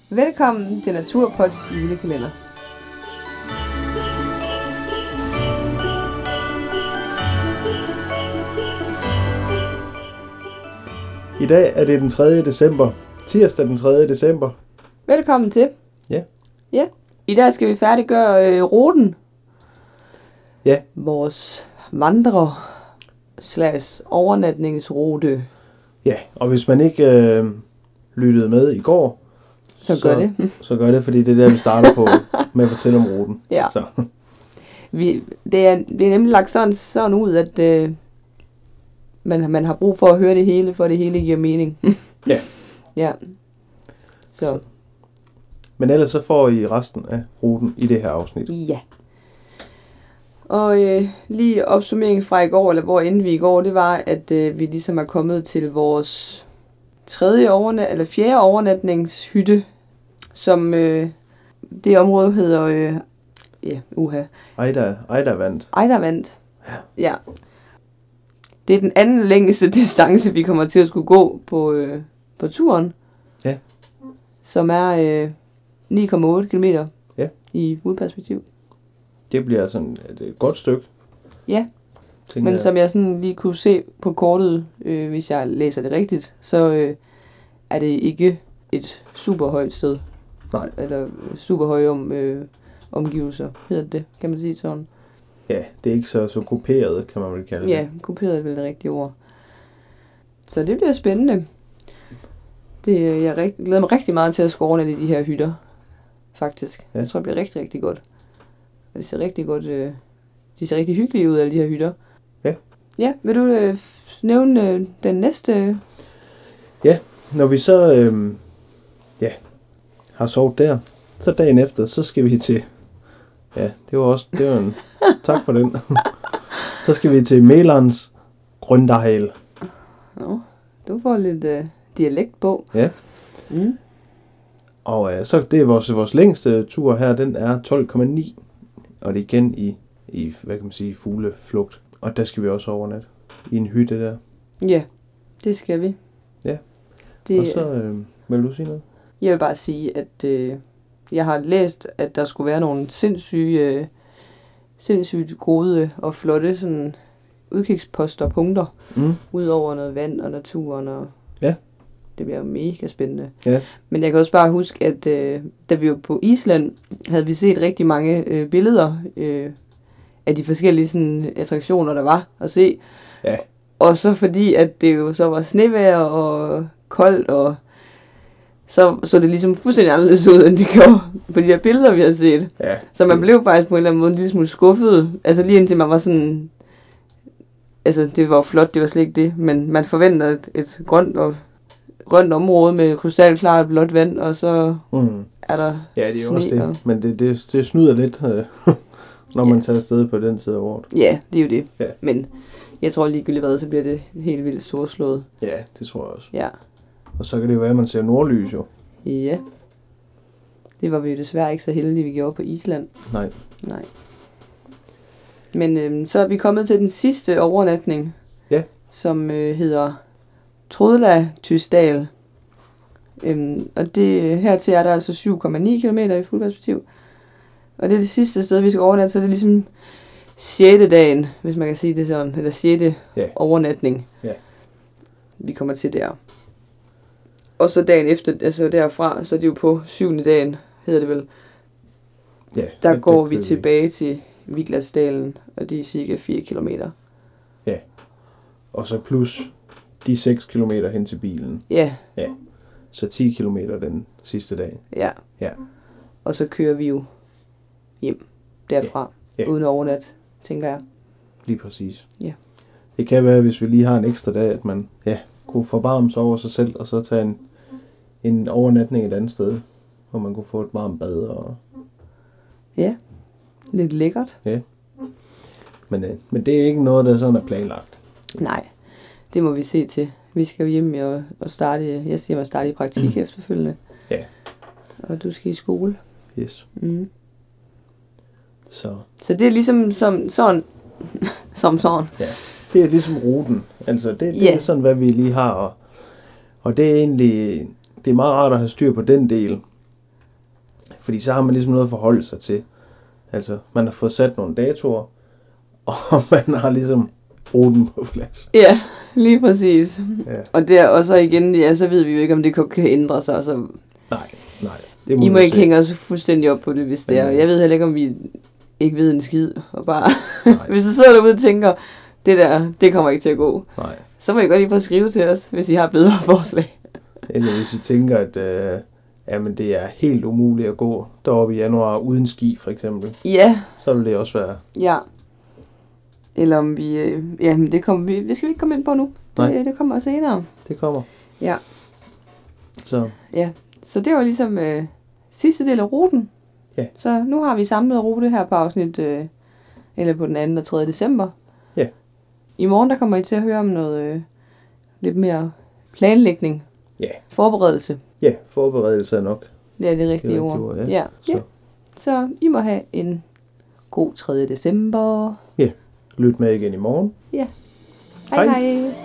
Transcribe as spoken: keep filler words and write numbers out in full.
Velkommen til Naturpods julekalender. I dag er det den tredje december. Tirsdag den tredje december. Velkommen til. Ja. Ja. I dag skal vi færdiggøre øh, ruten. Ja. Vores vandre slags overnatningsrute. Ja, og hvis man ikke øh, lyttede med i går, så, så gør det. så gør det, fordi det er der, vi starter på med at fortælle om ruten. Ja. Så. Vi, det, er, det er nemlig lagt sådan, sådan ud, at øh, man, man har brug for at høre det hele, for det hele giver mening. Ja. Ja. Så. så. Men ellers så får I resten af ruten i det her afsnit. Ja. Og øh, lige opsummeringen fra i går, eller hvor endte vi i går, det var, at øh, vi ligesom er kommet til vores tredje overnat, eller fjerde overnatningshytte, som øh, det område hedder, øh, ja, uha. Ejder, Ejdervandt. Ejdervandt. Ja. Ja. Det er den anden længste distance, vi kommer til at skulle gå på, øh, på turen. Ja. Som er øh, ni komma otte kilometer ja. i udperspektiv. Det bliver sådan et, et godt stykke. Ja, men jeg. Som jeg sådan lige kunne se på kortet, øh, hvis jeg læser det rigtigt, så øh, er det ikke et super højt sted. Nej. Eller super høje om, øh, omgivelser, hedder det, kan man sige sådan. Ja, det er ikke så, så kuperet, kan man vel kalde det. Ja, kuperet er vel det rigtige ord. Så det bliver spændende. Det, jeg rigt, glæder mig rigtig meget til at skåre i de her hytter, faktisk. Ja. Jeg tror, det bliver rigtig, rigtig godt. Og det ser rigtig godt, øh, de ser rigtig hyggelige ud, alle de her hytter. Ja. Ja, vil du øh, nævne øh, den næste? Ja, når vi så øh, ja, har sovet der, så dagen efter, så skal vi til, ja, det var også, det var en, tak for den. Så skal vi til Melands Grøndahal. Nå, du får lidt øh, dialekt på. Ja. Mm. Og øh, så det er vores, vores længste tur her, den er tolv komma ni. Og det er igen i, i, hvad kan man sige, fugleflugt. Og der skal vi også overnatte i en hytte der. Ja, det skal vi. Ja. Det, og så, øh, vil du sige noget? Jeg vil bare sige, at øh, jeg har læst, at der skulle være nogle sindssyge, øh, sindssygt gode og flotte sådan, udkigsposter og punkter. Mm. Ud over noget vand og naturen. Og ja. Det bliver mega spændende. Ja. Men jeg kan også bare huske, at øh, da vi var på Island, havde vi set rigtig mange øh, billeder øh, af de forskellige sådan, attraktioner, der var at se. Ja. Og så fordi, at det jo så var snevejr og koldt, og så så det ligesom fuldstændig anderledes ud, end det gjorde på de her billeder, vi havde set. Ja. Så man blev faktisk på en eller anden måde en lille smule skuffet. Altså lige indtil man var sådan... Altså det var flot, det var slet ikke det, men man forventer et, et grønt og grønt område med krystalklart blåt vand, og så mm. er der ja, det er sne, også det, og... men det, det, det snyder lidt, når man ja. tager afsted på den side af året. Ja, det er jo det. Ja. Men jeg tror ligegyldigt hvad, så bliver det helt vildt storslået. Ja, det tror jeg også. Ja. Og så kan det jo være, at man ser nordlys jo. Ja. Det var vi jo desværre ikke så heldige, vi gjorde på Island. Nej. Nej. Men øhm, så er vi kommet til den sidste overnatning, ja. som øh, hedder Trodla-Tysdal. Øhm, og det, hertil er der altså syv komma ni kilometer i fuldperspektiv. Og det er det sidste sted, vi skal overnatte, så det er ligesom sjette dagen, hvis man kan sige det sådan, eller sjette yeah. overnatning, yeah. vi kommer til der. Og så dagen efter, altså derfra, så er det jo på syvende dagen, hedder det vel. Yeah, der det, går det, vi det, tilbage til Viglasdalen, og det er cirka fire kilometer. Ja, og så plus de seks kilometer hen til bilen. Ja. Ja. Så ti kilometer den sidste dag. Ja. Ja. Og så kører vi jo hjem derfra, ja. Ja. Uden overnat, tænker jeg. Lige præcis. Ja. Det kan være, hvis vi lige har en ekstra dag, at man ja, kunne forbarme sig over sig selv, og så tage en, en overnatning et andet sted, hvor man kunne få et varmt bad. Og... Ja, lidt lækkert. Ja. Men, øh, men det er ikke noget, der sådan er planlagt. Nej, det må vi se til. Vi skal jo hjem og, og starte, jeg siger, at starte i praktik mm. efterfølgende. Ja. Og du skal i skole. Yes. Mm. Så. Så det er ligesom som sådan, som sådan. Ja, det er ligesom ruten. Altså, det, det yeah. er sådan, hvad vi lige har. Og, og det er egentlig, det er meget rart at have styr på den del. fordi så har man ligesom noget at forholde sig til. Altså, man har fået sat nogle datoer, og man har ligesom ruten på plads. Ja, lige præcis. Ja. Og, der, og så igen, ja, så ved vi jo ikke, om det kan ændre sig. Så Nej, nej. Det må I må vi ikke se. hænge os fuldstændig op på det, hvis det er. Jeg ved heller ikke, om vi ikke ved en skid. Og bare, hvis du sidder derude og tænker, det der, det kommer ikke til at gå. Nej. Så må I godt lige få skrive til os, hvis I har bedre forslag. Eller hvis I tænker, at øh, jamen, det er helt umuligt at gå deroppe i januar uden ski, for eksempel. Ja. Så vil det også være. Ja. Eller om vi... Øh, ja, men det, kommer vi, det skal vi ikke komme ind på nu. Nej. Det, det kommer senere. Det kommer. Ja. Så. Ja, så det var ligesom øh, sidste del af ruten. Ja. Så nu har vi samlet rute her på afsnit, øh, eller på den anden og tredje december. Ja. I morgen der kommer I til at høre om noget øh, lidt mere planlægning. Ja. Forberedelse. Ja, forberedelse er nok. Ja, det er rigtige det er ord. rigtige ord, ja. Ja. Så. Ja. Så I må have en god tredje december. Ja, lyt med igen i morgen. Ja. Hej hej. hej.